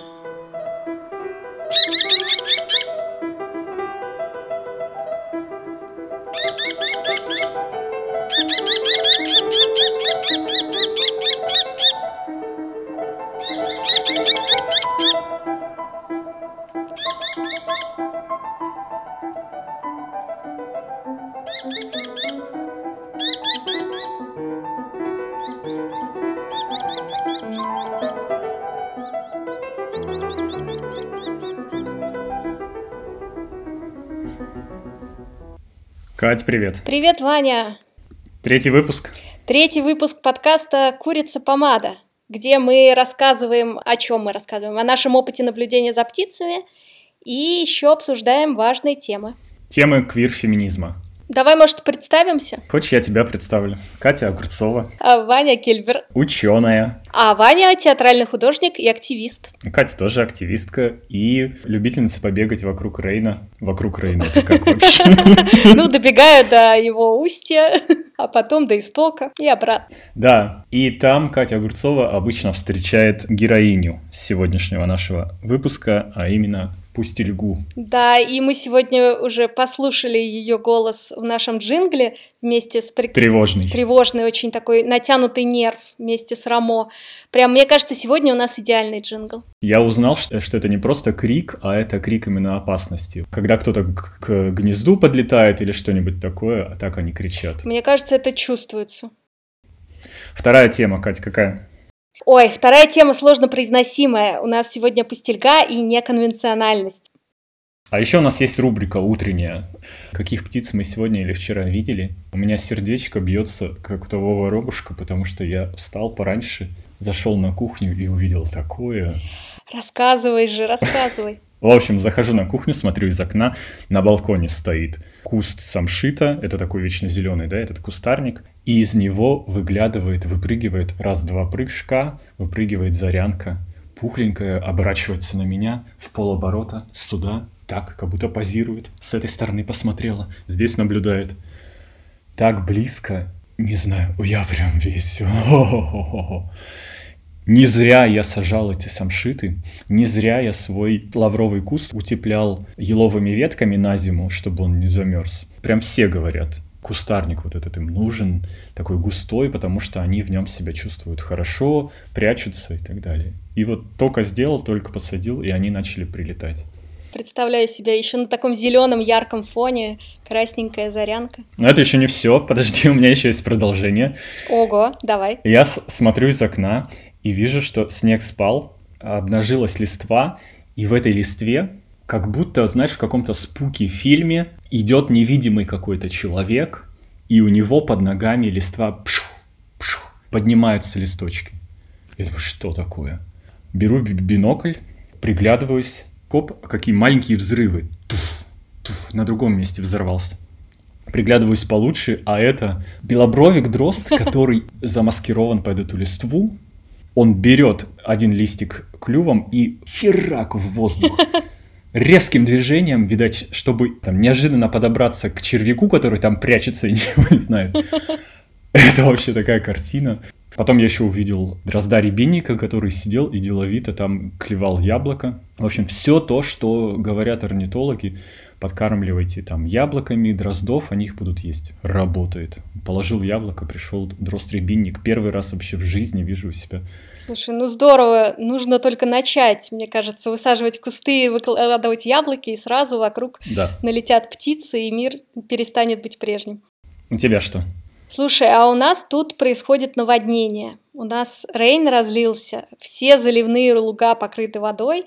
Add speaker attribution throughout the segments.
Speaker 1: Кать, привет.
Speaker 2: Привет, Ваня!
Speaker 1: Третий выпуск.
Speaker 2: Третий выпуск подкаста «Курица-помада», где мы рассказываем, о чем мы рассказываем, о нашем опыте наблюдения за птицами и еще обсуждаем важные темы.
Speaker 1: Темы квир-феминизма.
Speaker 2: Давай, может, представимся?
Speaker 1: Хочешь, я тебя представлю? Катя Огурцова.
Speaker 2: Ваня Кельбер.
Speaker 1: Ученая.
Speaker 2: А Ваня театральный художник и активист.
Speaker 1: Катя тоже активистка и любительница побегать вокруг Рейна. Вокруг Рейна, это как вообще?
Speaker 2: Ну, добегаю до его устья, а потом до истока и обратно.
Speaker 1: Да, и там Катя Огурцова обычно встречает героиню сегодняшнего нашего выпуска, а именно Пустельгу.
Speaker 2: Да, и мы сегодня уже послушали ее голос в нашем джингле вместе с... Тревожный, очень такой натянутый нерв вместе с Рамо. Прям, мне кажется, сегодня у нас идеальный джингл.
Speaker 1: Я узнал, что это не просто крик, а это крик именно опасности. Когда кто-то к гнезду подлетает или что-нибудь такое, а так они кричат.
Speaker 2: Мне кажется, это чувствуется.
Speaker 1: Вторая тема, Катя, какая?
Speaker 2: Ой, вторая тема сложно произносимая. У нас сегодня пустельга и неконвенциональность.
Speaker 1: А еще у нас есть рубрика утренняя. Каких птиц мы сегодня или вчера видели? У меня сердечко бьется, как у того воробушка, потому что я встал пораньше, зашел на кухню и увидел такое.
Speaker 2: Рассказывай же, рассказывай.
Speaker 1: В общем, захожу на кухню, смотрю из окна, на балконе стоит куст самшита, это такой вечно зеленый, да, этот кустарник, и из него выпрыгивает раз-два прыжка, выпрыгивает зарянка, пухленькая, оборачивается на меня в полоборота, сюда, так, как будто позирует, с этой стороны посмотрела, здесь наблюдает. Так близко, не знаю, я прям весь... Не зря я сажал эти самшиты, не зря я свой лавровый куст утеплял еловыми ветками на зиму, чтобы он не замерз. Прям все говорят, кустарник вот этот им нужен, такой густой, потому что они в нем себя чувствуют хорошо, прячутся и так далее. И вот только сделал, только посадил, и они начали прилетать.
Speaker 2: Представляю себя еще на таком зеленом ярком фоне, красненькая зарянка.
Speaker 1: Но это еще не все, подожди, у меня еще есть продолжение.
Speaker 2: Ого, давай.
Speaker 1: Я смотрю из окна и вижу, что снег спал, обнажилась листва, и в этой листве, как будто, знаешь, в каком-то спуки-фильме идет невидимый какой-то человек, и у него под ногами листва поднимаются листочки. Я думаю, что такое? Беру бинокль, приглядываюсь, какие маленькие взрывы. На другом месте взорвался. Приглядываюсь получше, а это белобровик дрозд, который замаскирован под эту листву. Он берет один листик клювом и херак в воздух. Резким движением, видать, чтобы там неожиданно подобраться к червяку, который там прячется и ничего не знает. Это вообще такая картина. Потом я еще увидел дрозда-рябинника, который сидел и деловито там клевал яблоко. В общем, все то, что говорят орнитологи, подкармливайте там яблоками дроздов, они их будут есть. Работает. Положил яблоко, пришел дрозд-рябинник. Первый раз вообще в жизни вижу у себя.
Speaker 2: Слушай, ну здорово. Нужно только начать, мне кажется, высаживать кусты, выкладывать яблоки, и сразу вокруг налетят птицы, и мир перестанет быть прежним.
Speaker 1: У тебя что?
Speaker 2: Слушай, а у нас тут происходит наводнение. У нас Рейн разлился, все заливные луга покрыты водой,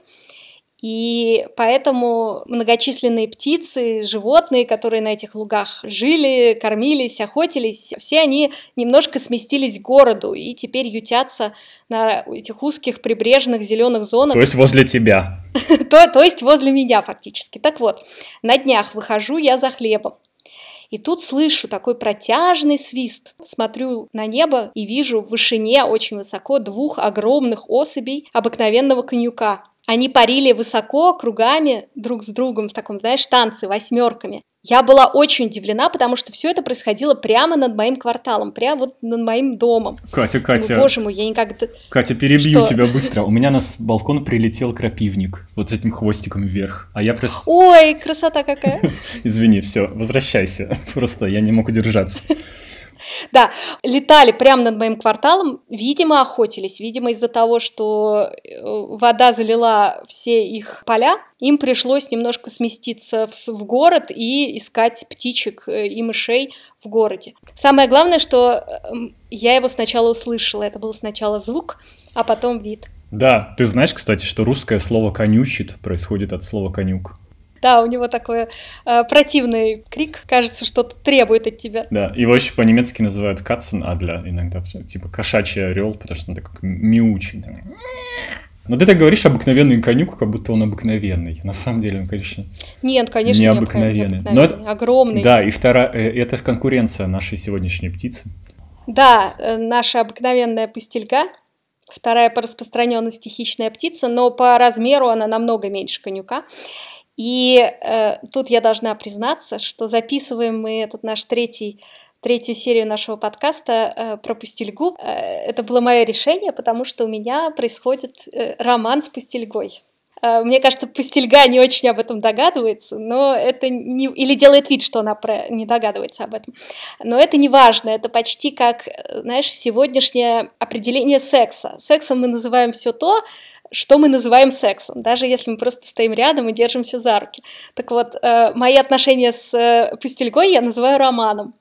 Speaker 2: и поэтому многочисленные птицы, животные, которые на этих лугах жили, кормились, охотились, все они немножко сместились к городу и теперь ютятся на этих узких прибрежных зеленых зонах.
Speaker 1: То есть возле тебя.
Speaker 2: То есть возле меня фактически. Так вот, на днях выхожу я за хлебом. И тут слышу такой протяжный свист. Смотрю на небо и вижу в вышине очень высоко 2 огромных особей обыкновенного коньюка. Они парили высоко, кругами, друг с другом, в таком, знаешь, танце, восьмерками. Я была очень удивлена, потому что все это происходило прямо над моим кварталом, прямо вот над моим домом.
Speaker 1: Катя,
Speaker 2: Думаю, боже мой, я никогда...
Speaker 1: Катя, перебью
Speaker 2: Что?
Speaker 1: тебя быстро. У меня с балкона прилетел крапивник вот с этим хвостиком вверх. А я просто...
Speaker 2: Ой, красота какая!
Speaker 1: Извини, все, возвращайся. Просто я не мог удержаться.
Speaker 2: Да, летали прямо над моим кварталом, видимо, охотились. Видимо, из-за того, что вода залила все их поля, им пришлось немножко сместиться в город и искать птичек и мышей в городе. Самое главное, что я его сначала услышала. Это был сначала звук, а потом вид.
Speaker 1: Да, ты знаешь, кстати, что русское слово «конючит» происходит от слова «конюк».
Speaker 2: Да, у него такой противный крик, кажется, что-то требует от тебя.
Speaker 1: Да, его еще по-немецки называют «катценадля» иногда, типа кошачий орел, потому что он такой мяучий. Но ты так говоришь обыкновенный конюк, как будто он обыкновенный. На самом деле он, конечно,
Speaker 2: Нет, конечно,
Speaker 1: необыкновенный.
Speaker 2: Но это огромный.
Speaker 1: Да, и вторая, это конкуренция нашей сегодняшней птицы.
Speaker 2: Да, наша обыкновенная пустельга, вторая по распространенности хищная птица, но по размеру она намного меньше конюка. И тут я должна признаться, что записываем мы этот наш третью серию нашего подкаста про пустельгу. Это было мое решение, потому что у меня происходит роман с пустельгой. Мне кажется, пустельга не очень об этом догадывается, но это не... или делает вид, что она не догадывается об этом. Но это не важно, это почти как, знаешь, сегодняшнее определение секса. Сексом мы называем все то, что мы называем сексом, даже если мы просто стоим рядом и держимся за руки. Так вот, мои отношения с пустельгой я называю романом.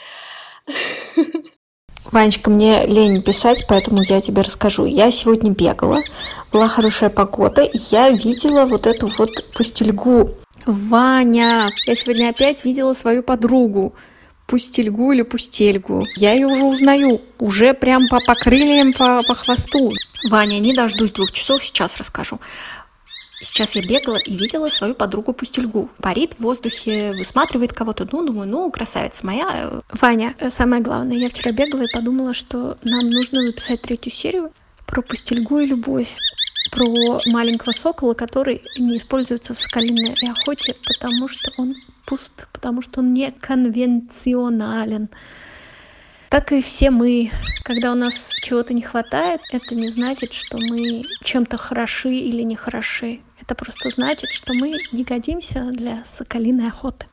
Speaker 3: Ванечка, мне лень писать, поэтому я тебе расскажу. Я сегодня бегала, была хорошая погода, и я видела вот эту вот пустельгу. Ваня, я сегодня опять видела свою подругу. Пустельгу или пустельгу. Я ее уже узнаю, уже прям по крыльям, по хвосту. Ваня, не дождусь 2 часов, сейчас расскажу. Сейчас я бегала и видела свою подругу пустельгу. Парит в воздухе, высматривает кого-то. Думаю, красавица моя. Ваня, самое главное, я вчера бегала и подумала, что нам нужно записать 3-ю серию про пустельгу и любовь. Про маленького сокола, который не используется в соколиной охоте, потому что он пуст, потому что он не конвенционален. Так и все мы, когда у нас чего-то не хватает, это не значит, что мы чем-то хороши или не хороши. Это просто значит, что мы не годимся для соколиной охоты.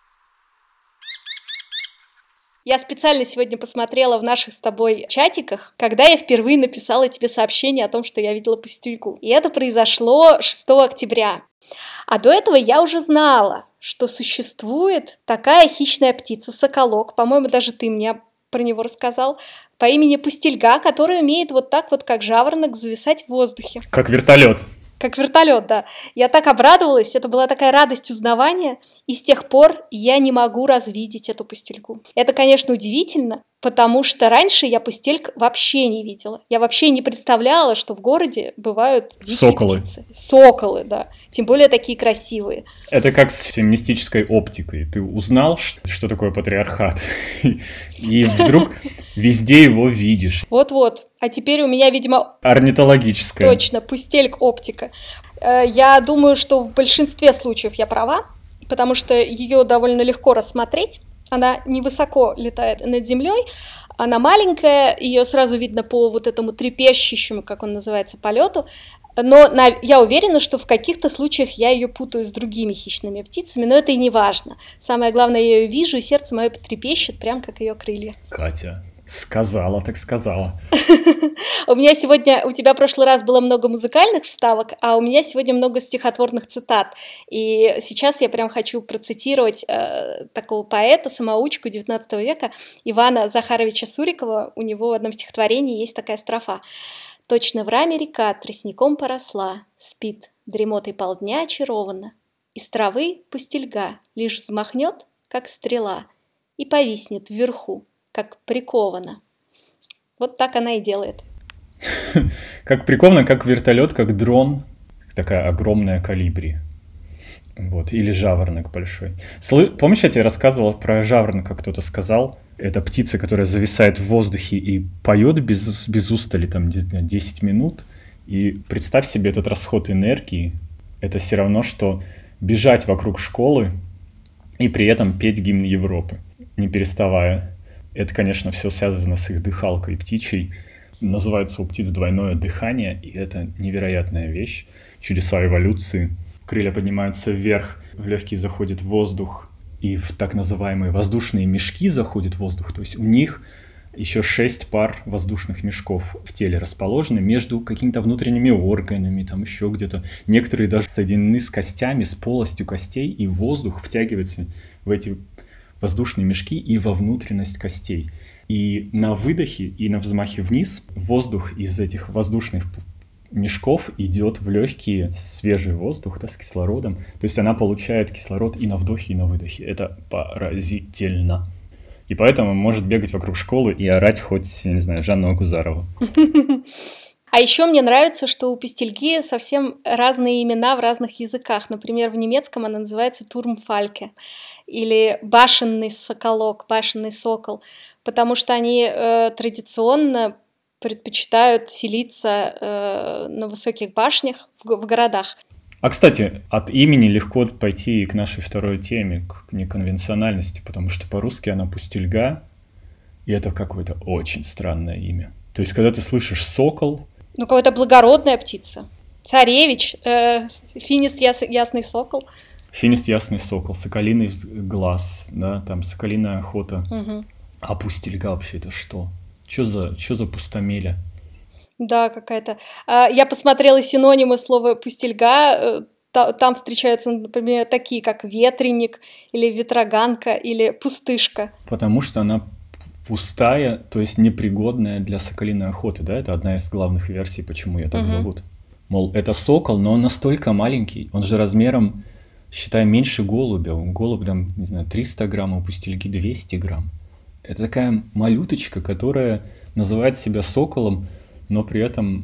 Speaker 2: Я специально сегодня посмотрела в наших с тобой чатиках, когда я впервые написала тебе сообщение о том, что я видела пустельгу. И это произошло 6 октября. А до этого я уже знала, что существует такая хищная птица, соколок, по-моему, даже ты мне про него рассказал, по имени пустельга, который умеет вот так вот, как жаворонок, зависать в воздухе.
Speaker 1: Как вертолет.
Speaker 2: Как вертолет, да. Я так обрадовалась, это была такая радость узнавания, и с тех пор я не могу развидеть эту пустельгу. Это, конечно, удивительно, потому что раньше я пустельг вообще не видела. Я вообще не представляла, что в городе бывают дикие птицы. Соколы, да. Тем более такие красивые.
Speaker 1: Это как с феминистической оптикой. Ты узнал, что такое патриархат, и вдруг везде его видишь.
Speaker 2: Вот-вот. А теперь у меня, видимо...
Speaker 1: Орнитологическая.
Speaker 2: Точно, пустельг-оптика. Я думаю, что в большинстве случаев я права, потому что ее довольно легко рассмотреть. Она невысоко летает над землей, она маленькая, ее сразу видно по вот этому трепещущему, как он называется, полету. Но я уверена, что в каких-то случаях я ее путаю с другими хищными птицами, но это и не важно. Самое главное, я ее вижу, и сердце мое трепещет, прям как ее крылья.
Speaker 1: Катя, сказала так сказала.
Speaker 2: У меня сегодня, у тебя в прошлый раз было много музыкальных вставок, а у меня сегодня много стихотворных цитат. И сейчас я прям хочу процитировать такого поэта, самоучку XIX века Ивана Захаровича Сурикова. У него в одном стихотворении есть такая строфа. «Точно в раме река тростником поросла, спит дремотой полдня очарованно. Из травы пустельга лишь взмахнет, как стрела, и повиснет вверху, как прикована». Вот так она и делает.
Speaker 1: Как приковано, как вертолет, как дрон, такая огромная колибри. Вот, или жаворонок большой. Помнишь, я тебе рассказывал про жаворонка, кто-то сказал? Это птица, которая зависает в воздухе и поет без устали, там, 10 минут. И представь себе этот расход энергии. Это все равно, что бежать вокруг школы и при этом петь гимн Европы, не переставая. Это, конечно, все связано с их дыхалкой птичьей. Называется у птиц двойное дыхание, и это невероятная вещь. Чудеса эволюции. Крылья поднимаются вверх, в легкие заходит воздух, и в так называемые воздушные мешки заходит воздух. То есть у них еще 6 пар воздушных мешков в теле расположены между какими-то внутренними органами, там еще где-то. Некоторые даже соединены с костями, с полостью костей, и воздух втягивается в эти воздушные мешки и во внутренность костей. И на выдохе и на взмахе вниз воздух из этих воздушных мешков идет в легкие, свежий воздух, да, с кислородом. То есть она получает кислород и на вдохе, и на выдохе. Это поразительно. И поэтому может бегать вокруг школы и орать хоть, я не знаю, Жанну Агузарову.
Speaker 2: А еще мне нравится, что у пустельги совсем разные имена в разных языках. Например, в немецком она называется Турмфальке или башенный соколок, башенный сокол, потому что они традиционно предпочитают селиться на высоких башнях в городах.
Speaker 1: А, кстати, от имени легко пойти к нашей второй теме, к неконвенциональности, потому что по-русски она пустельга, и это какое-то очень странное имя. То есть, когда ты слышишь сокол...
Speaker 2: Ну, какая-то благородная птица. Царевич, финист ясный сокол.
Speaker 1: Финист ясный сокол, соколиный глаз, да, там соколиная охота.
Speaker 2: Угу.
Speaker 1: А пустельга вообще это что? Чё за пустомеля?
Speaker 2: Да, какая-то. Я посмотрела синонимы слова пустельга. Там встречаются, например, такие, как ветреник, или ветроганка, или пустышка.
Speaker 1: Потому что она пустая, то есть непригодная для соколиной охоты, да? Это одна из главных версий, почему ее так зовут. Мол, это сокол, но он настолько маленький, он же размером, считай, меньше голубя. У голубя, там, не знаю, 300 грамм, у пустельги 200 грамм. Это такая малюточка, которая называет себя соколом, но при этом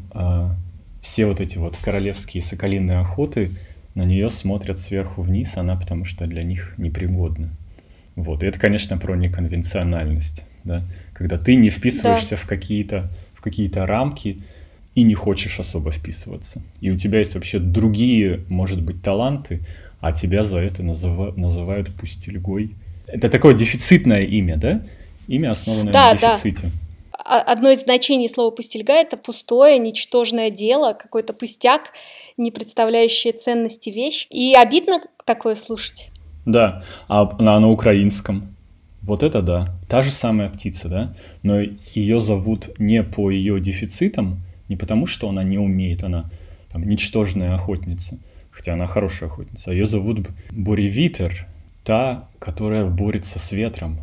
Speaker 1: все вот эти вот королевские соколиные охоты на нее смотрят сверху вниз, она потому что для них непригодна. Вот. И это, конечно, про неконвенциональность, да? Когда ты не вписываешься в какие-то рамки и не хочешь особо вписываться. И у тебя есть вообще другие, может быть, таланты, а тебя за это называют пустельгой. Это такое дефицитное имя, да? Имя, основанное на дефиците.
Speaker 2: Да. Одно из значений слова пустельга – это пустое, ничтожное дело, какой-то пустяк, не представляющий ценности вещь. И обидно такое слушать.
Speaker 1: Да, а на украинском. Вот это да. Та же самая птица, да? Но ее зовут не по ее дефицитам, не потому что она не умеет, она там ничтожная охотница, хотя она хорошая охотница. Ее зовут буревитер, та, которая борется с ветром.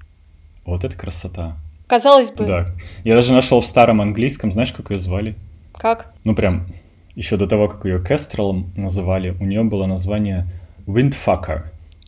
Speaker 1: Вот это красота.
Speaker 2: Казалось бы.
Speaker 1: Да. Я даже нашел в старом английском, знаешь, как ее звали?
Speaker 2: Как?
Speaker 1: Ну, прям еще до того, как ее Кестрелом называли, у нее было название Windfucker.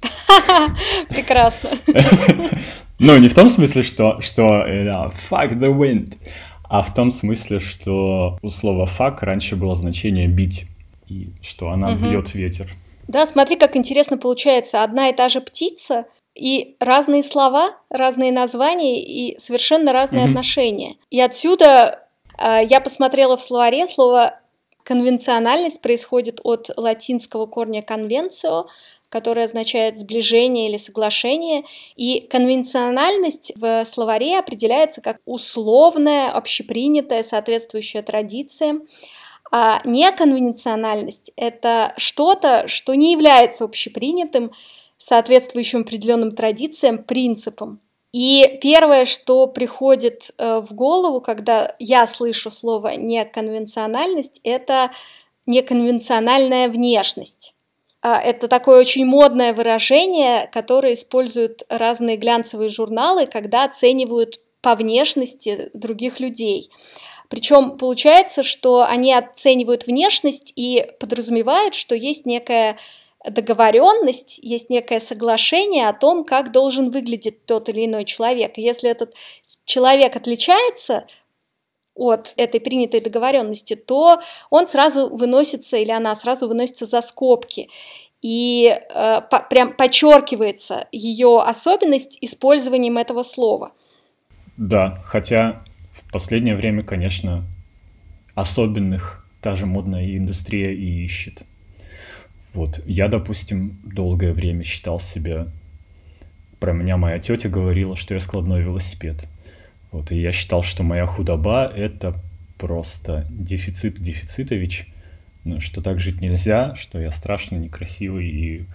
Speaker 2: Прекрасно.
Speaker 1: Ну, не в том смысле, что fuck the wind, а в том смысле, что у слова fuck раньше было значение бить, и что она бьет ветер.
Speaker 2: Да, смотри, как интересно получается. Одна и та же птица, и разные слова, разные названия и совершенно разные отношения. И отсюда я посмотрела в словаре, слово «конвенциональность» происходит от латинского корня «conventio», которое означает «сближение» или «соглашение». И конвенциональность в словаре определяется как условная, общепринятая, соответствующая традициям. А неконвенциональность – это что-то, что не является общепринятым, соответствующим определенным традициям, принципам. И первое, что приходит в голову, когда я слышу слово «неконвенциональность», это неконвенциональная внешность. Это такое очень модное выражение, которое используют разные глянцевые журналы, когда оценивают по внешности других людей. Причем получается, что они оценивают внешность и подразумевают, что есть некая договоренность, есть некое соглашение о том, как должен выглядеть тот или иной человек. И если этот человек отличается от этой принятой договоренности, то он сразу выносится, или она сразу выносится за скобки. И прям подчеркивается ее особенность использованием этого слова.
Speaker 1: Да, хотя в последнее время, конечно, особенных та же модная индустрия и ищет. Вот. Я, допустим, долгое время считал себя... Про меня моя тетя говорила, что я складной велосипед. Вот. И я считал, что моя худоба — это просто дефицит Дефицитович, что так жить нельзя, что я страшно некрасивый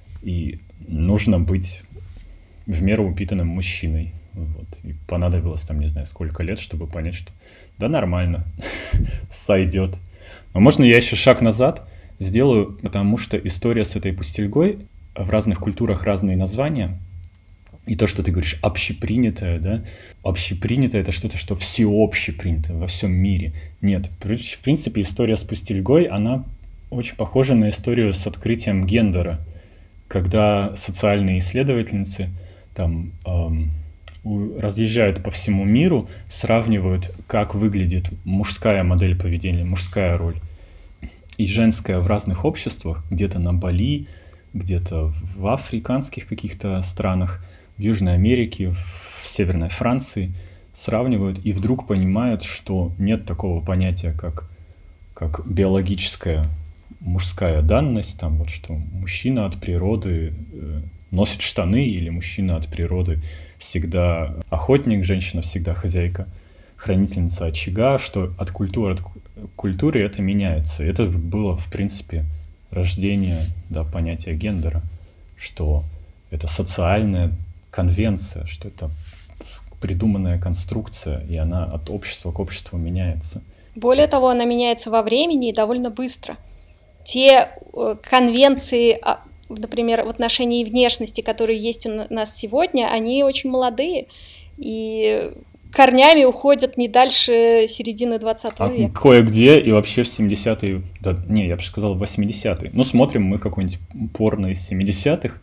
Speaker 1: и нужно быть в меру упитанным мужчиной. Вот. И понадобилось там не знаю сколько лет, чтобы понять, что да нормально, сойдет. Но можно я еще шаг назад сделаю, потому что история с этой пустельгой, в разных культурах разные названия. И то, что ты говоришь, общепринятое, да? Общепринятое — это что-то, что всеобщепринято во всем мире. Нет, в принципе, история с пустельгой, она очень похожа на историю с открытием гендера, когда социальные исследовательницы там разъезжают по всему миру, сравнивают, как выглядит мужская модель поведения, мужская роль и женская в разных обществах, где-то на Бали, где-то в африканских каких-то странах, в Южной Америке, в Северной Франции, сравнивают и вдруг понимают, что нет такого понятия, как биологическая мужская данность, там вот что мужчина от природы носит штаны, или мужчина от природы всегда охотник, женщина всегда хозяйка, хранительница очага, что от культуры к культуре это меняется. Это было, в принципе, рождение, да, понятия гендера, что это социальная конвенция, что это придуманная конструкция, и она от общества к обществу меняется.
Speaker 2: Более того, она меняется во времени и довольно быстро. Те конвенции, например, в отношении внешности, которые есть у нас сегодня, они очень молодые и корнями уходят не дальше середины 20 века.
Speaker 1: Кое-где и вообще в 70-е, да, не, я бы сказал, в 80-е. Ну, смотрим мы какой-нибудь порно из 70-х.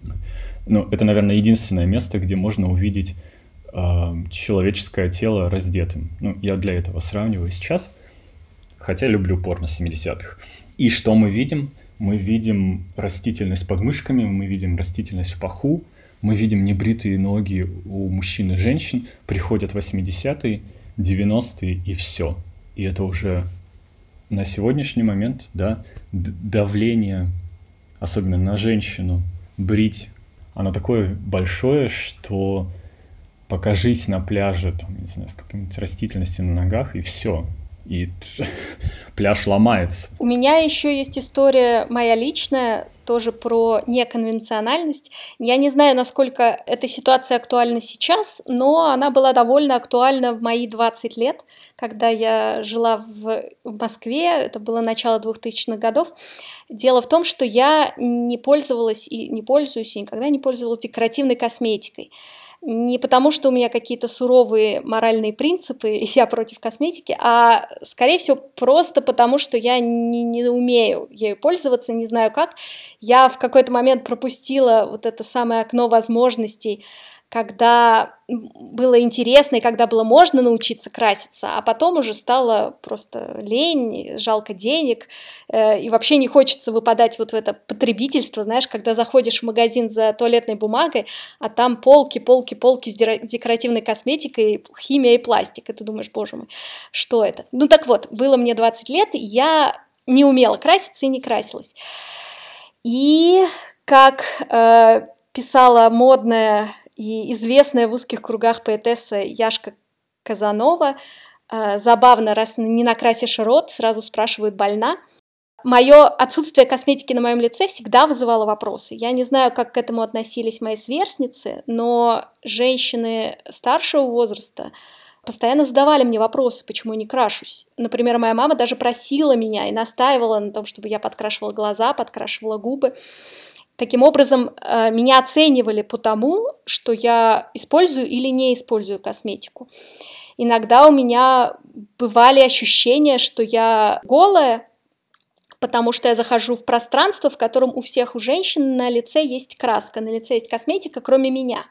Speaker 1: Ну, это, наверное, единственное место, где можно увидеть человеческое тело раздетым. Ну, я для этого сравниваю сейчас, хотя люблю порно 70-х. И что мы видим? Мы видим растительность под мышками, мы видим растительность в паху, мы видим небритые ноги у мужчин и женщин. Приходят 80-е, 90-е и все. И это уже на сегодняшний момент, да, давление, особенно на женщину, брить, оно такое большое, что покажись на пляже, там, не знаю, с какой-нибудь растительностью на ногах, и все. И пляж ломается.
Speaker 2: У меня еще есть история моя личная, тоже про неконвенциональность. Я не знаю, насколько эта ситуация актуальна сейчас, но она была довольно актуальна в мои 20 лет, когда я жила в Москве, это было начало 2000-х годов. Дело в том, что я не пользовалась и не пользуюсь, и никогда не пользовалась декоративной косметикой. Не потому, что у меня какие-то суровые моральные принципы, и я против косметики, а, скорее всего, просто потому, что я не умею ею пользоваться, не знаю как. Я в какой-то момент пропустила вот это самое окно возможностей, когда было интересно и когда было можно научиться краситься, а потом уже стало просто лень, жалко денег, и вообще не хочется выпадать вот в это потребительство, знаешь, когда заходишь в магазин за туалетной бумагой, а там полки с декоративной косметикой, химия и пластик, и ты думаешь, боже мой, что это? Ну так вот, было мне 20 лет, и я не умела краситься и не красилась. И как писала модная и известная в узких кругах поэтесса Яшка Казанова, забавно, раз не накрасишь рот, сразу спрашивают, больна. Мое отсутствие косметики на моем лице всегда вызывало вопросы. Я не знаю, как к этому относились мои сверстницы, но женщины старшего возраста постоянно задавали мне вопросы, почему я не крашусь. Например, моя мама даже просила меня и настаивала на том, чтобы я подкрашивала глаза, подкрашивала губы. Таким образом, меня оценивали по тому, что я использую или не использую косметику. Иногда у меня бывали ощущения, что я голая, потому что я захожу в пространство, в котором у всех у женщин на лице есть краска, на лице есть косметика, кроме меня.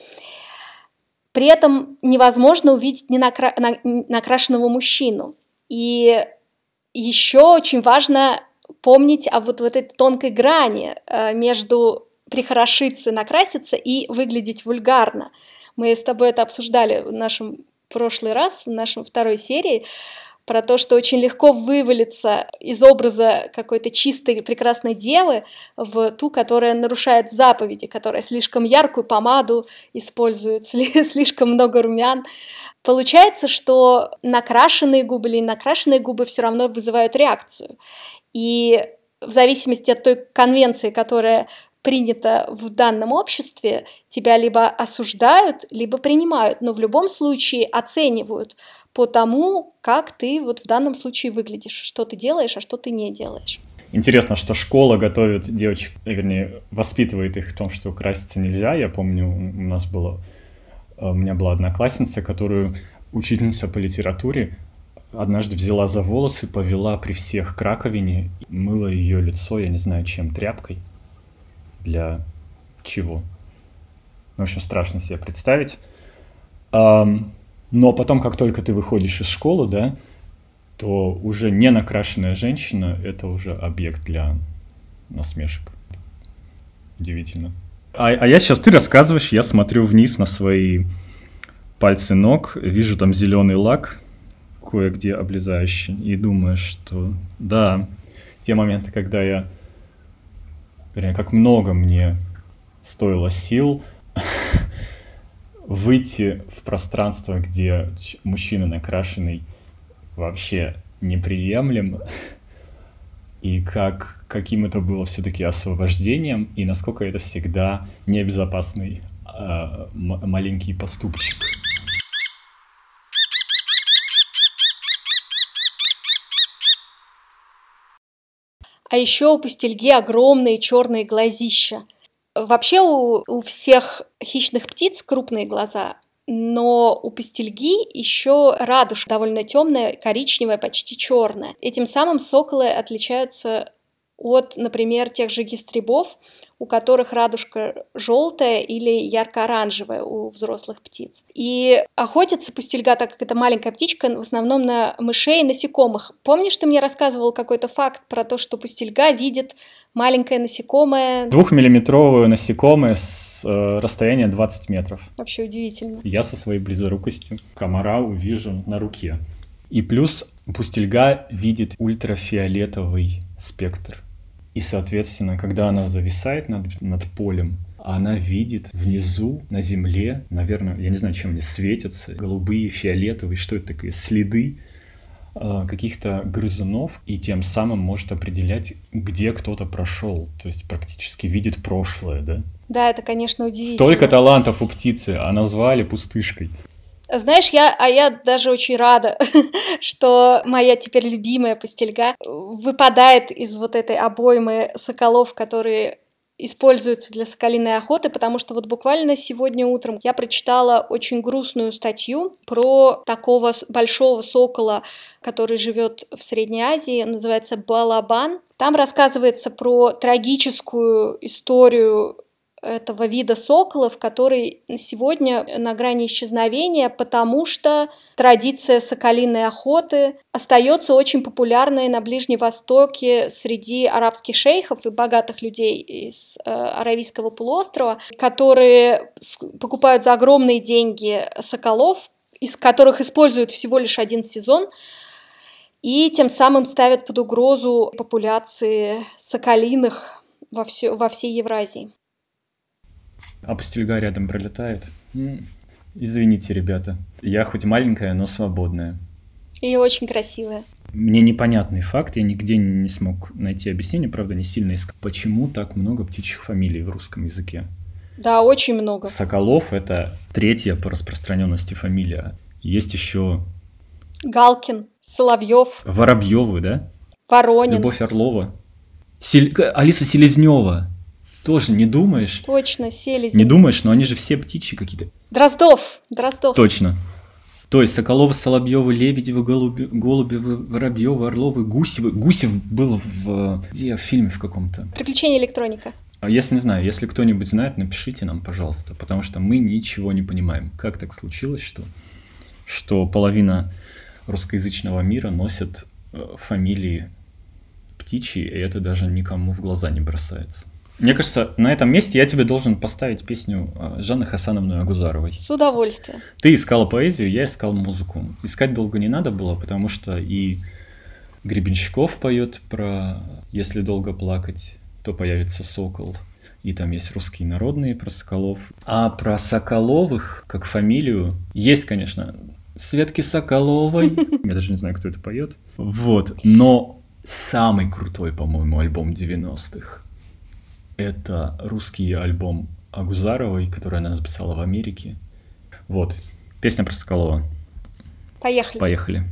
Speaker 2: При этом невозможно увидеть накрашенного мужчину. И еще очень важно помнить о вот этой тонкой грани между прихорошиться, накраситься и выглядеть вульгарно. Мы с тобой это обсуждали в нашем прошлый раз, в нашей второй серии, про то, что очень легко вывалиться из образа какой-то чистой прекрасной девы в ту, которая нарушает заповеди, которая слишком яркую помаду использует, слишком много румян. Получается, что накрашенные губы или накрашенные губы все равно вызывают реакцию. И в зависимости от той конвенции, которая принята в данном обществе, тебя либо осуждают, либо принимают, но в любом случае оценивают по тому, как ты вот в данном случае выглядишь, что ты делаешь, а что ты не делаешь.
Speaker 1: Интересно, что школа готовит девочек, вернее, воспитывает их в том, что краситься нельзя. Я помню, у меня была одноклассница, которую учительница по литературе однажды взяла за волосы, повела при всех к раковине, мыла ее лицо, я не знаю чем, тряпкой. Для чего? В общем, страшно себе представить. Но потом, как только ты выходишь из школы, да, то уже не накрашенная женщина — это уже объект для насмешек. Удивительно. А я сейчас, ты рассказываешь, я смотрю вниз на свои пальцы ног, вижу там зеленый лак, кое-где облезающий, и думаю, что да, те моменты, когда вернее, как много мне стоило сил выйти в пространство, где мужчина накрашенный вообще неприемлем, и каким это было все-таки освобождением, и насколько это всегда небезопасный маленький поступчик.
Speaker 2: А еще у пустельги огромные черные глазища. Вообще у всех хищных птиц крупные глаза, но у пустельги еще радужка довольно темная, коричневая, почти черная. Этим самым соколы отличаются от, например, тех же ястребов, у которых радужка желтая или ярко-оранжевая у взрослых птиц. И охотится пустельга, так как это маленькая птичка, в основном на мышей и насекомых. Помнишь, ты мне рассказывал какой-то факт про то, что пустельга видит маленькое насекомое?
Speaker 1: 2-миллиметровое насекомое с расстояния 20 метров.
Speaker 2: Вообще удивительно.
Speaker 1: Я со своей близорукостью комара увижу на руке. И плюс пустельга видит ультрафиолетовый спектр. И, соответственно, когда она зависает над полем, она видит внизу, на земле, наверное, я не знаю, чем они светятся, голубые, фиолетовые, что это такое, следы каких-то грызунов, и тем самым может определять, где кто-то прошел. То есть практически видит прошлое, да?
Speaker 2: Да, это, конечно, удивительно.
Speaker 1: Столько талантов у птицы, а назвали пустышкой.
Speaker 2: Знаешь, я даже очень рада, что моя теперь любимая пустельга выпадает из вот этой обоймы соколов, которые используются для соколиной охоты, потому что вот буквально сегодня утром я прочитала очень грустную статью про такого большого сокола, который живет в Средней Азии, он называется балабан. Там рассказывается про трагическую историю этого вида соколов, который сегодня на грани исчезновения, потому что традиция соколиной охоты остается очень популярной на Ближнем Востоке среди арабских шейхов и богатых людей из Аравийского полуострова, которые покупают за огромные деньги соколов, из которых используют всего лишь один сезон, и тем самым ставят под угрозу популяции соколиных во всей Евразии.
Speaker 1: А пустельга рядом пролетает. Извините, ребята. Я хоть маленькая, но свободная.
Speaker 2: И очень красивая.
Speaker 1: Мне непонятный факт, я нигде не смог найти объяснение, правда, не сильно искал. Почему так много птичьих фамилий в русском языке?
Speaker 2: Да, очень много.
Speaker 1: Соколов — это 3-я по распространенности фамилия. Есть еще
Speaker 2: Галкин, Соловьев,
Speaker 1: Воробьевы, да?
Speaker 2: Воронин.
Speaker 1: Любовь Орлова. Алиса Селезнева. Тоже не думаешь?
Speaker 2: Точно, Селезень.
Speaker 1: Не думаешь, но они же все птичьи какие-то.
Speaker 2: Дроздов.
Speaker 1: Точно. То есть Соколовы, Соловьевы, Лебедевы, Голубевы, Воробьевы, Орловы, Гусевы. Гусев был в фильме в каком-то.
Speaker 2: «Приключения электроника».
Speaker 1: А если не знаю, если кто-нибудь знает, напишите нам, пожалуйста, потому что мы ничего не понимаем. Как так случилось, что половина русскоязычного мира носит фамилии птичьи, и это даже никому в глаза не бросается. Мне кажется, на этом месте я тебе должен поставить песню Жанны Хасановны Агузаровой.
Speaker 2: С удовольствием.
Speaker 1: Ты искала поэзию, я искал музыку. Искать долго не надо было, потому что и Гребенщиков поет про «Если долго плакать, то появится сокол». И там есть русские народные про соколов. А про Соколовых, как фамилию, есть, конечно, Светки Соколовой. Я даже не знаю, кто это поет. Вот. Но самый крутой, по-моему, альбом 90-х — это русский альбом Агузаровой, который она записала в Америке. Вот. Песня про Соколова.
Speaker 2: Поехали.
Speaker 1: Поехали.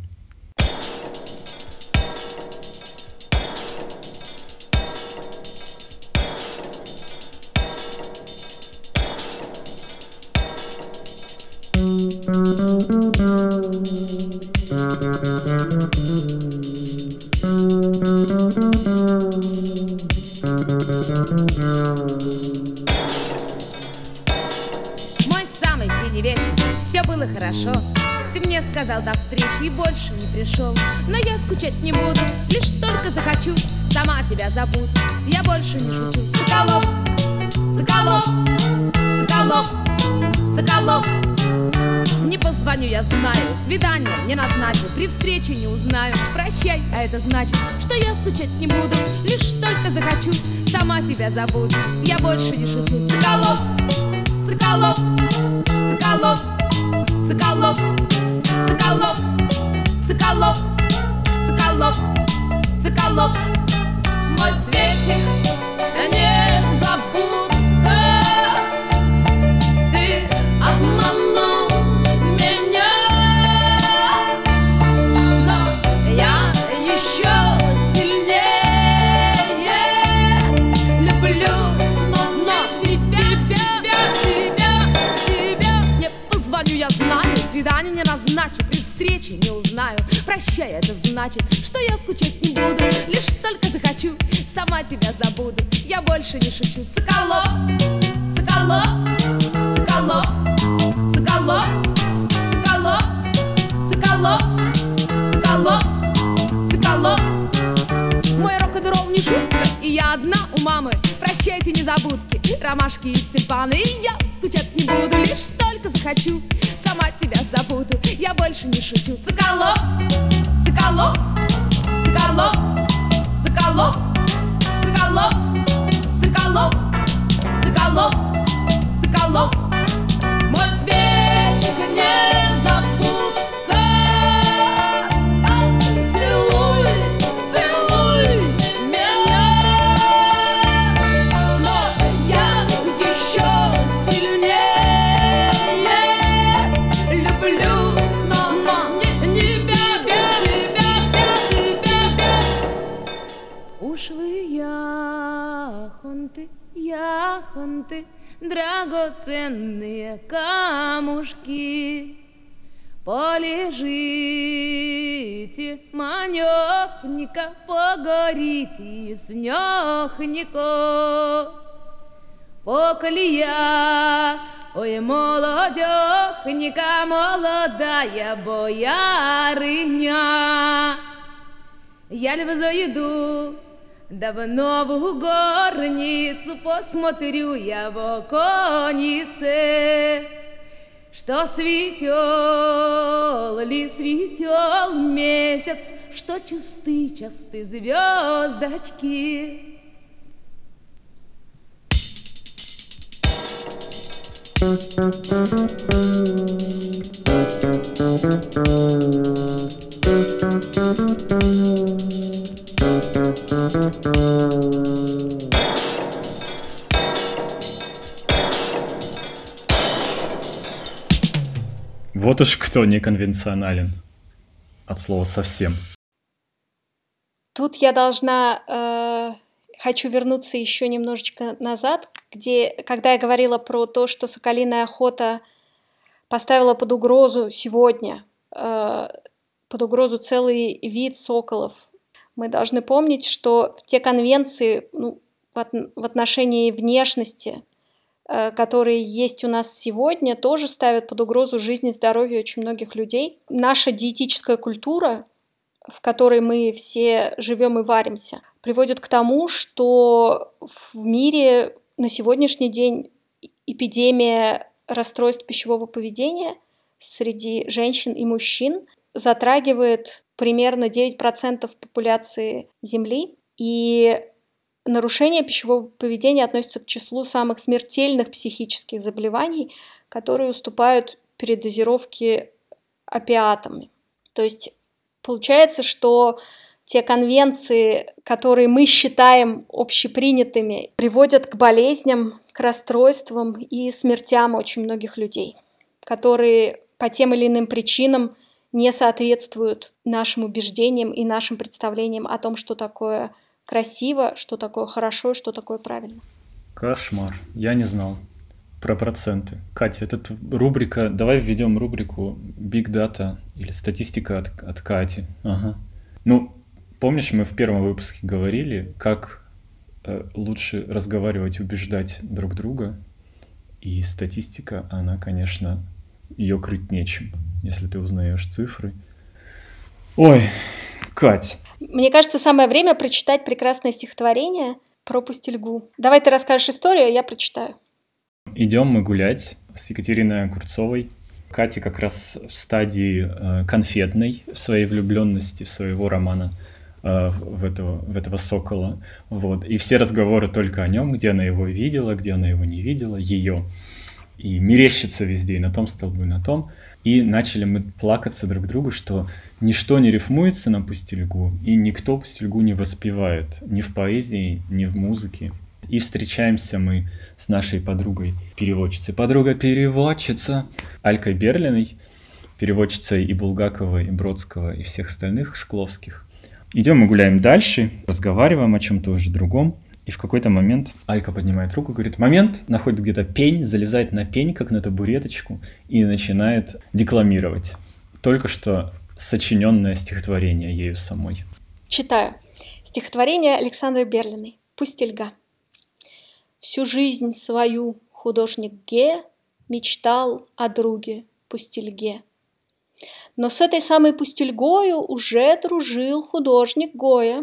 Speaker 4: Мой самый синий вечер, все было хорошо. Ты мне сказал до встречи и больше не пришел. Но я скучать не буду, лишь только захочу. Сама тебя забуду, я больше не шучу. Соколов, Соколов, Соколов, Соколов. Не позвоню, я знаю, свидание не назначу, при встрече не узнаю. Прощай, а это значит, что я скучать не буду, лишь только захочу. Сама тебя забуду, я больше не шучу. Соколов, Соколов, Соколов, Соколов, Соколов, Соколов, Соколов, Соколов. Мой цветик, незабудка, ты обманул меня, но я еще сильнее люблю, но тебя. Не позвоню, я знаю, свидание не назначу, при встрече не узнаю. Прощай, это значит, что я скучать не буду, лишь только захочу, сама тебя забуду, я больше не шучу. Соколов, Соколов, Соколов, Соколов, Соколов, Соколов, Соколов, Соколов. Мой рок-н-ролл не шутка, и я одна у мамы. Прощайте, незабудки, ромашки и тюльпаны. И я скучать не буду, лишь только захочу, сама тебя забуду, я больше не шучу. Соколов, Соколов, Соколов, Соколов, Соколов, Соколов, Соколов, Соколов. Мой цветик незабудка, целуй, целуй меня, но я еще сильнее люблю, но не тебя. Уж вы яхонты, драгоценные камушки, полежите манёхненько, погорите снёхненько, поколь я, ой, молодёхненька, молодая боярыня, я ль зайду давно в горницу, посмотрю я в оконице, что светел месяц, что часты звездочки.
Speaker 1: Вот уж кто неконвенционален. От слова совсем.
Speaker 2: Тут я хочу вернуться еще немножечко назад, когда я говорила про то, что соколиная охота поставила под угрозу сегодня, под угрозу целый вид соколов. Мы должны помнить, что те конвенции в отношении внешности, которые есть у нас сегодня, тоже ставят под угрозу жизнь и здоровье очень многих людей. Наша диетическая культура в которой мы все живем и варимся, приводит к тому, что в мире на сегодняшний день эпидемия расстройств пищевого поведения среди женщин и мужчин затрагивает примерно 9% популяции Земли, и нарушение пищевого поведения относится к числу самых смертельных психических заболеваний, которые уступают передозировке опиатами. То есть получается, что те конвенции, которые мы считаем общепринятыми, приводят к болезням, к расстройствам и смертям очень многих людей, которые по тем или иным причинам не соответствуют нашим убеждениям и нашим представлениям о том, что такое красиво, что такое хорошо, что такое правильно.
Speaker 1: Кошмар. Я не знал про проценты. Катя, это рубрика... Давай введем рубрику Big Data или статистика от Кати. Ага. Ну, помнишь, мы в первом выпуске говорили, как лучше разговаривать, убеждать друг друга. И статистика, она, конечно, ее крыть нечем, если ты узнаешь цифры. Ой, Кать.
Speaker 2: Мне кажется, самое время прочитать прекрасное стихотворение про пустельгу. Давай ты расскажешь историю, а я прочитаю.
Speaker 1: Идем мы гулять с Екатериной Огурцовой. Катя как раз в стадии конфетной своей влюбленности в своего романа в этого сокола. Вот. И все разговоры только о нем, где она его видела, где она его не видела, ее. И мерещится везде, и на том столбу, и на том. И начали мы плакаться друг другу, что ничто не рифмуется на пустельгу, и никто пустельгу не воспевает ни в поэзии, ни в музыке. И встречаемся мы с нашей подругой-переводчицей. Подруга-переводчица Алькой Берлиной, переводчицей и Булгакова, и Бродского, и всех остальных шкловских. Идем мы гуляем дальше, разговариваем о чем-то уже другом. И в какой-то момент Алька поднимает руку, говорит, момент, находит где-то пень, залезает на пень, как на табуреточку, и начинает декламировать. Только что сочиненное стихотворение ею самой.
Speaker 2: Читаю. Стихотворение Александры Берлиной «Пустельга». Всю жизнь свою художник Ге мечтал о друге Пустельге. Но с этой самой Пустельгою уже дружил художник Гоя.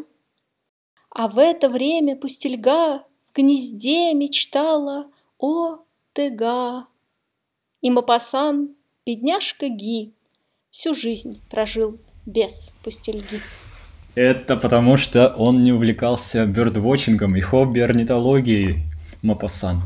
Speaker 2: А в это время Пустельга в гнезде мечтала о Тега. И Мопассан, бедняжка Ги, всю жизнь прожил без Пустельги.
Speaker 1: Это потому, что он не увлекался бёрдвотчингом и хобби-орнитологией, Мопассан.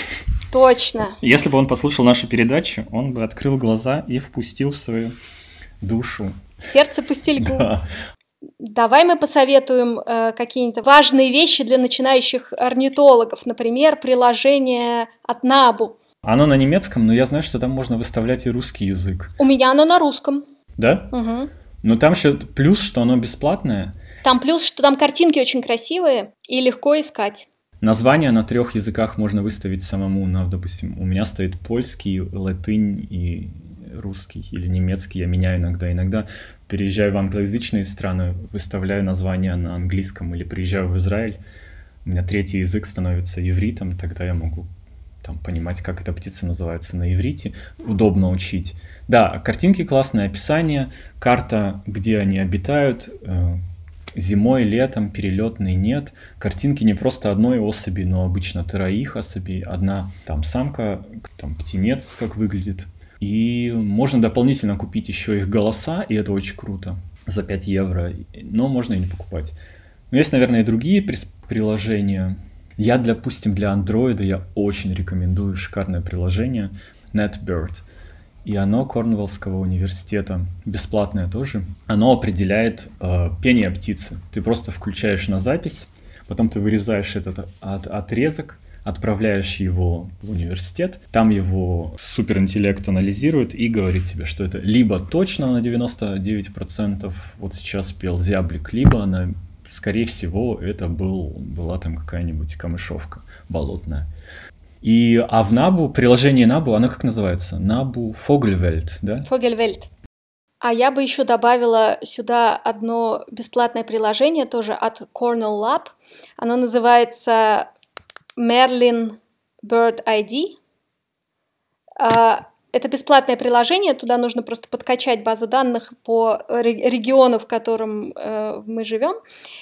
Speaker 2: Точно.
Speaker 1: Если бы он послушал нашу передачу, он бы открыл глаза и впустил в свою душу.
Speaker 2: Сердце Пустельгу.
Speaker 1: Да.
Speaker 2: Давай мы посоветуем какие-нибудь важные вещи для начинающих орнитологов. Например, приложение от Набу.
Speaker 1: Оно на немецком, но я знаю, что там можно выставлять и русский язык.
Speaker 2: У меня оно на русском.
Speaker 1: Да?
Speaker 2: Угу.
Speaker 1: Но там еще плюс, что оно бесплатное.
Speaker 2: Там плюс, что там картинки очень красивые и легко искать.
Speaker 1: Названия на 3 языках можно выставить самому. Допустим, у меня стоит польский, латынь и русский или немецкий. Я меняю иногда. Иногда переезжаю в англоязычные страны, выставляю названия на английском, или приезжаю в Израиль. У меня 3-й язык становится ивритом, тогда я могу там понимать, как эта птица называется на иврите. Удобно учить. Да, картинки классные, описание, карта, где они обитают, зимой, летом, перелетный нет. Картинки не просто одной особи, но обычно 2 особей. Одна там самка, там птенец, как выглядит. И можно дополнительно купить еще их голоса, и это очень круто, за 5 евро. Но можно и не покупать. Но есть, наверное, и другие приложения. Допустим, для Android я очень рекомендую шикарное приложение NetBird. И оно Корнуоллского университета, бесплатное тоже. Оно определяет пение птицы. Ты просто включаешь на запись, потом ты вырезаешь этот отрезок, отправляешь его в университет, там его суперинтеллект анализирует и говорит тебе, что это либо точно на 99% вот сейчас пел зяблик, либо скорее всего, это была там какая-нибудь камышовка болотная. А в Набу, приложение Набу, оно как называется? Набу Vogelwelt, да?
Speaker 2: Vogelwelt. А я бы еще добавила сюда одно бесплатное приложение, тоже от Cornell Lab. Оно называется Merlin Bird ID. Это бесплатное приложение, туда нужно просто подкачать базу данных по региону, в котором мы живем,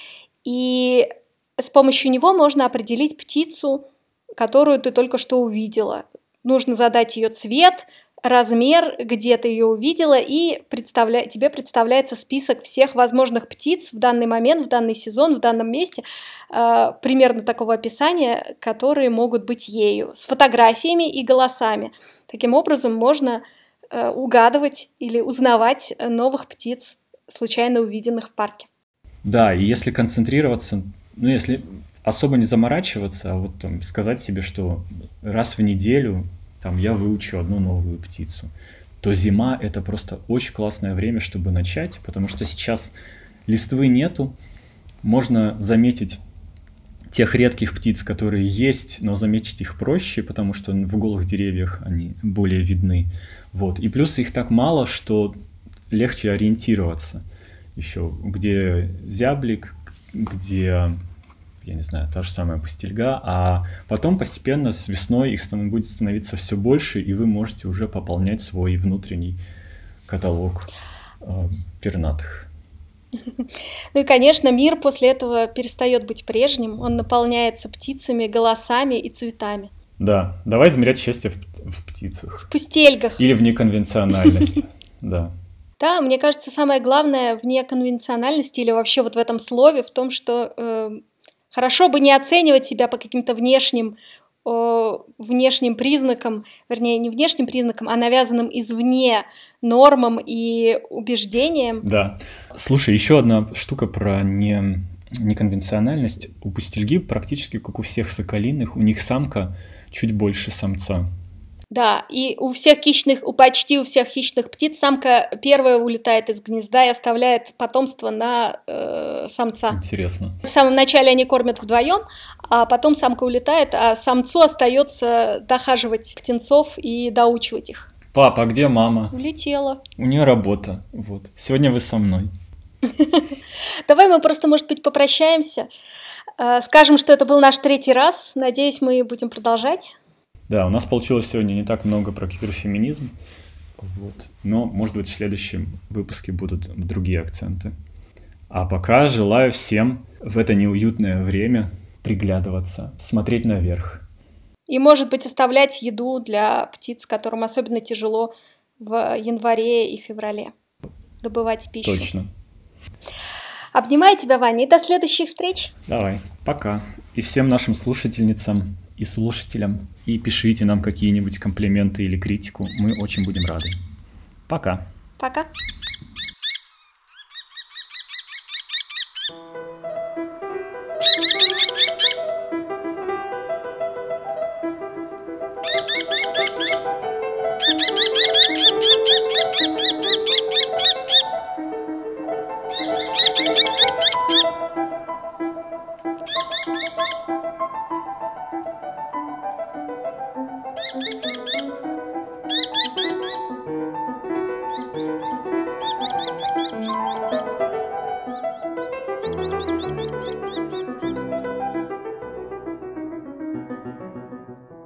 Speaker 2: и с помощью него можно определить птицу, которую ты только что увидела. Нужно задать ее цвет, размер, где ты ее увидела, и тебе представляется список всех возможных птиц в данный момент, в данный сезон, в данном месте, примерно такого описания, которые могут быть ею, с фотографиями и голосами. Таким образом, можно угадывать или узнавать новых птиц, случайно увиденных в парке.
Speaker 1: Да, и если концентрироваться, если особо не заморачиваться, а вот там сказать себе, что раз в неделю там я выучу одну новую птицу, то зима — это просто очень классное время, чтобы начать, потому что сейчас листвы нету, можно заметить тех редких птиц, которые есть, но заметить их проще, потому что в голых деревьях они более видны. Вот. И плюс их так мало, что легче ориентироваться. Еще где зяблик, где, я не знаю, та же самая пустельга, а потом постепенно с весной их будет становиться все больше, и вы можете уже пополнять свой внутренний каталог пернатых.
Speaker 2: Ну и, конечно, мир после этого перестает быть прежним, он наполняется птицами, голосами и цветами.
Speaker 1: Да, давай измерять счастье в птицах.
Speaker 2: В пустельгах.
Speaker 1: Или в неконвенциональности, да.
Speaker 2: Да, мне кажется, самое главное в неконвенциональности или вообще вот в этом слове, в том, что хорошо бы не оценивать себя по каким-то внешним признакам, вернее, не внешним признакам, а навязанным извне нормам и убеждениям.
Speaker 1: Да. Слушай, еще одна штука про неконвенциональность. У пустельги практически как у всех соколиных, у них самка чуть больше самца.
Speaker 2: Да, и почти у всех хищных птиц самка первая улетает из гнезда и оставляет потомство на самца.
Speaker 1: Интересно.
Speaker 2: В самом начале они кормят вдвоем, а потом самка улетает, а самцу остается дохаживать птенцов и доучивать их.
Speaker 1: Папа, а где мама?
Speaker 2: Улетела.
Speaker 1: У нее работа. Вот. Сегодня вы со мной.
Speaker 2: Давай мы просто, может быть, попрощаемся. Скажем, что это был наш 3-й раз. Надеюсь, мы будем продолжать.
Speaker 1: Да, у нас получилось сегодня не так много про киберфеминизм, вот. Но, может быть, в следующем выпуске будут другие акценты. А пока желаю всем в это неуютное время приглядываться, смотреть наверх.
Speaker 2: И, может быть, оставлять еду для птиц, которым особенно тяжело в январе и феврале добывать пищу.
Speaker 1: Точно.
Speaker 2: Обнимаю тебя, Ваня, и до следующих встреч.
Speaker 1: Давай, пока. И всем нашим слушательницам и слушателям. И пишите нам какие-нибудь комплименты или критику. Мы очень будем рады. Пока.
Speaker 2: Пока. Thank you.